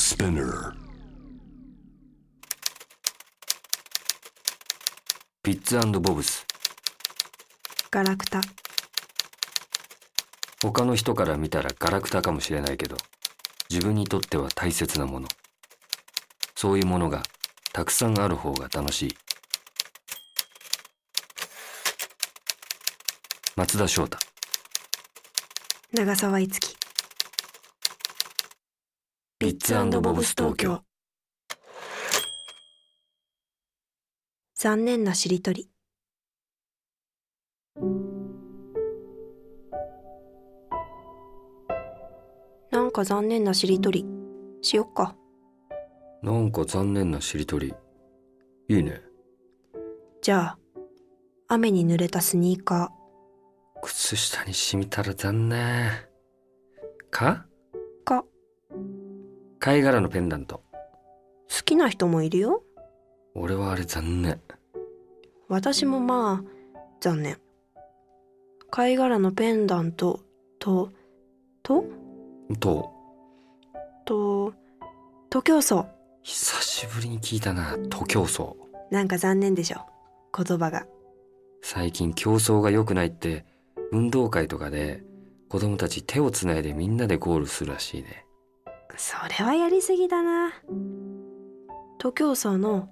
Spinner. ビッツ&ボブス。 ガラクタ。 他の人から見たらガラクタかもしれないけど、自分にとっては大切なもの。そういうものがたくさんある方が楽しい。松田翔太。 長澤いつき。 ビッツ&ボブス東京。 残念なしりとり。なんか残念なしりとりしよっか。 なんか残念なしりとり。いいね。 じゃあ、雨に濡れたスニーカ靴下に染みたら残念。かか。 貝殻のペンダント。 好きな人もいるよ。 俺はあれ残念。 私もまあ残念。貝殻のペンダントと徒競走。 久しぶりに聞いたな、徒競走。 なんか残念でしょ、言葉が。 最近競争が良くないって運動会とかで子供たち手をつないでみんなでゴールするらしいね。 それはやりすぎだな。徒競走の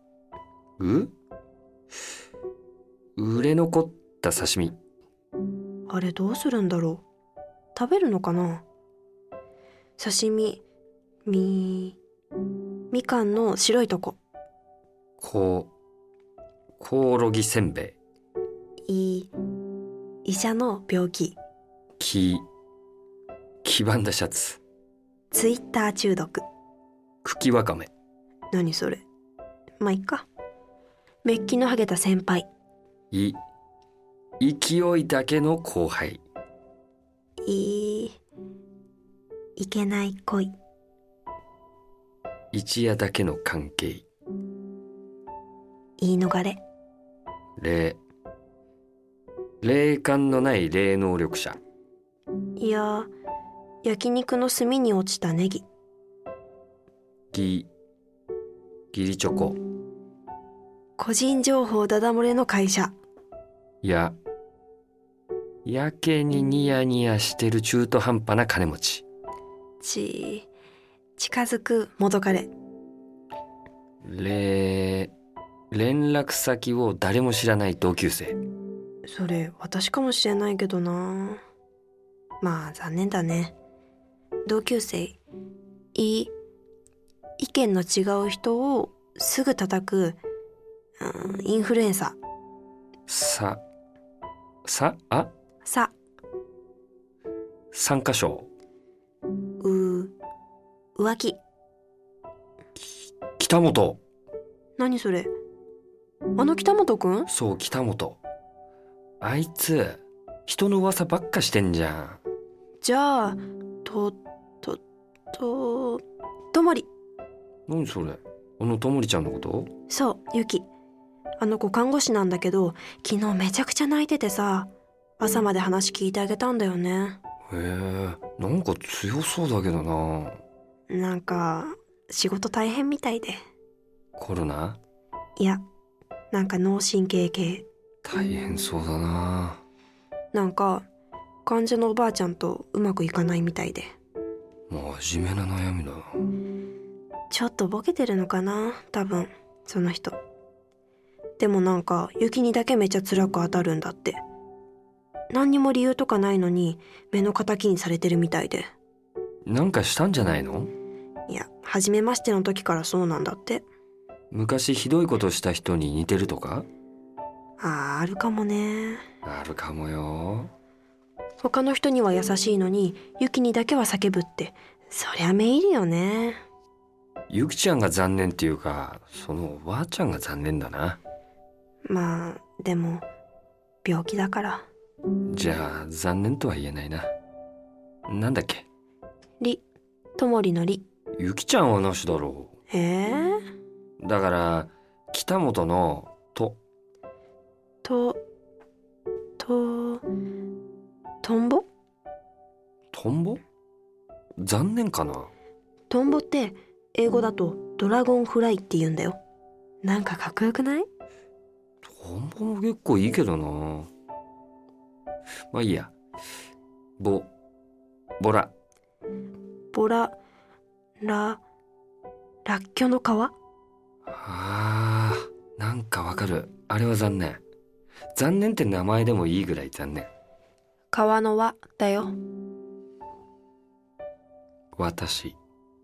売れ残った刺身。 あれどうするんだろう。食べるのかな。刺身。みかんの白いとこ。 コオロギせんべ医者の病気。 い。黄ばんだシャツ。 ツイッター中毒。 茎わかめ。 何それ。まあいっか。メッキの剥げた先輩。 勢いだけの後輩。 いけない恋。 一夜だけの関係。 言い逃れ。 霊感のない霊能力者。 いや、焼肉の炭に落ちたネギ。 ギリチョコ。 個人情報ダダ漏れの会社。 やけにニヤニヤしてる中途半端な金持ち。 近づく元彼。 連絡先を誰も知らない同級生。 それ私かもしれないけどな。まあ残念だね。同級生。意見の違う人をすぐ叩く、インフルエンサー。 参加賞。 浮気。 北本。 何それ。あの北本くん？ そう、北本。あいつ人の噂ばっかしてんじゃん。 じゃあともり。 何それ。あのともりちゃんのこと？ そう、ゆき。あの子看護師なんだけど、昨日めちゃくちゃ泣いててさ、朝まで話聞いてあげたんだよね。 へえ、なんか強そうだけどな。 なんか仕事大変みたいで。 コロナ？ いや、なんか脳神経系。 大変そうだな。 なんか患者のおばあちゃんとうまくいかないみたいで。 真面目な悩みだ。 ちょっとボケてるのかな、多分その人。でもなんかゆきにだけめちゃ辛く当たるんだって。何にも理由とかないのに目の敵にされてるみたいで。 なんかしたんじゃないの？ いや、初めましての時からそうなんだって。 昔ひどいことした人に似てるとか？ あるかもね。 あるかもよ。 他の人には優しいのにゆきにだけは叫ぶって、そりゃめいるよね。 ゆきちゃんが残念っていうか、そのおばあちゃんが残念だな。 まあでも病気だから。 じゃあ残念とは言えないな。なんだっけ？ ともりのり。 ゆきちゃんはなしだろう。だから北本のとトンボ？ トンボ？残念かな。 トンボって英語だとドラゴンフライって言うんだよ。なんかかっこよくない？ トンボも結構いいけどな。まあいいや。ボラ。 ボラ、らっきょの皮？ なんかわかる。あれは残念。残念って名前でもいいぐらい残念。 皮の輪だよ。 私。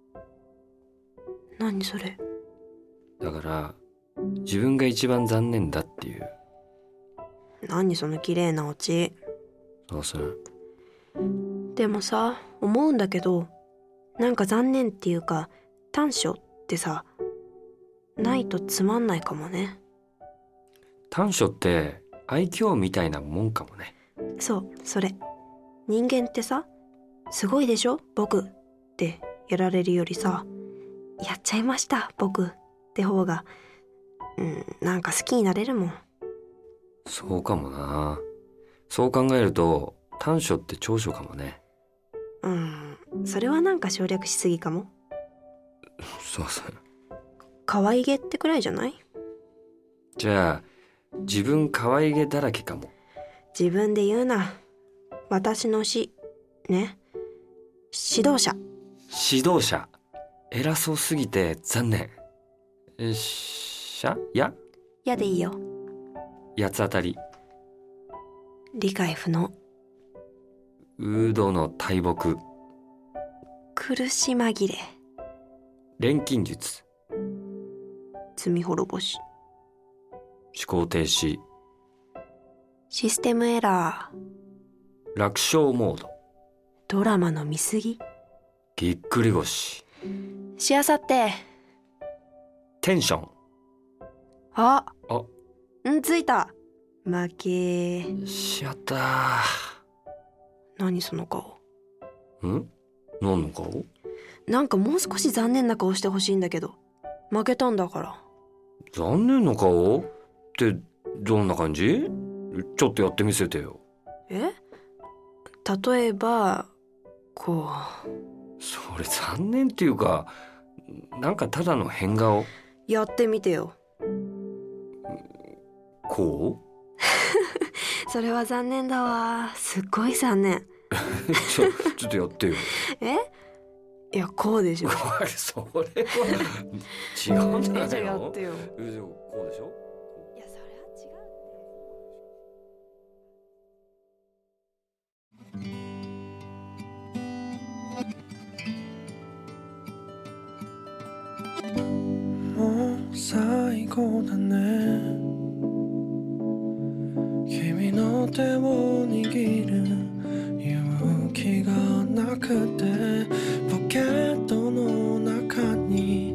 何それ？ だから自分が一番残念だっていう。 何その綺麗なオチ。 そうそう。 でもさ、思うんだけど、なんか残念っていうか短所ってさ、ないとつまんないかもね。 短所って愛嬌みたいなもんかもね。 そう、それ。人間ってさ、すごいでしょ僕ってやられるよりさ、やっちゃいました僕って方が、なんか好きになれるもん。 そうかもな。そう考えると短所って長所かもね。 それはなんか省略しすぎかも。 そうそう。 可愛げってくらいじゃない？ じゃあ自分可愛げだらけかも。 自分で言うな。私の指導者。 指導者。偉そうすぎて残念。 やでいいよ。 八つ当たり。 理解不能。 ウドの大木。 苦し紛れ。 錬金術。 罪滅ぼし。 思考停止。 システムエラー。 楽勝モード。 ドラマの見過ぎ。 ぎっくり腰。 しあさって。 テンション。 ついた。負け。 しやったー。 何その顔。 何の顔？ なんかもう少し残念な顔してほしいんだけど、負けたんだから。 残念な顔ってどんな感じ？ちょっとやってみせてよ。 例えばこう。それ残念っていうか、なんかただの変顔。 やってみてよ。 こうそれは残念だわ。すっごい残念。 ちょっとやってよ。 いやこうでしょ。 それは違うんじゃないの？ じゃあやってよ。 こうでしょ？ いやそれは違う。もう最後だね。君の手を握る勇気がなくて、ポケットの中に、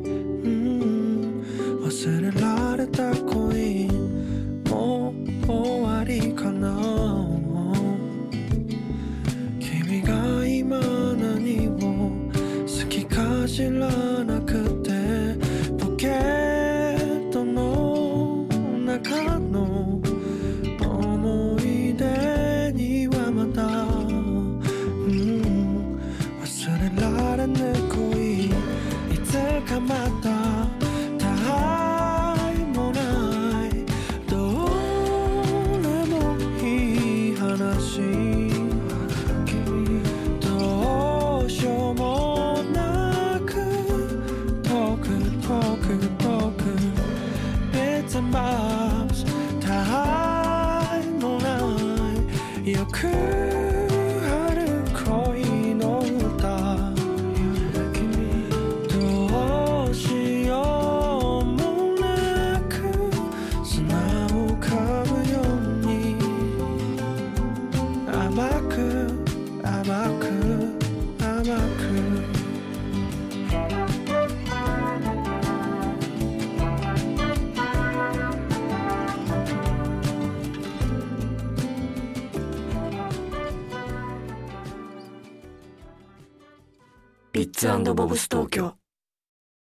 忘れられた恋、もう終わりかな。君が今何を好きか知らなくて、ポケットの中の思い出にはまだ、忘れられぬ恋、いつかまた他愛もないどれもいい話、どうしようもなく遠く遠く遠く It's a mouse 他愛もないよくある恋の歌、どうしようもなく砂を噛むように甘く甘く甘くビッツ&ボブス東京。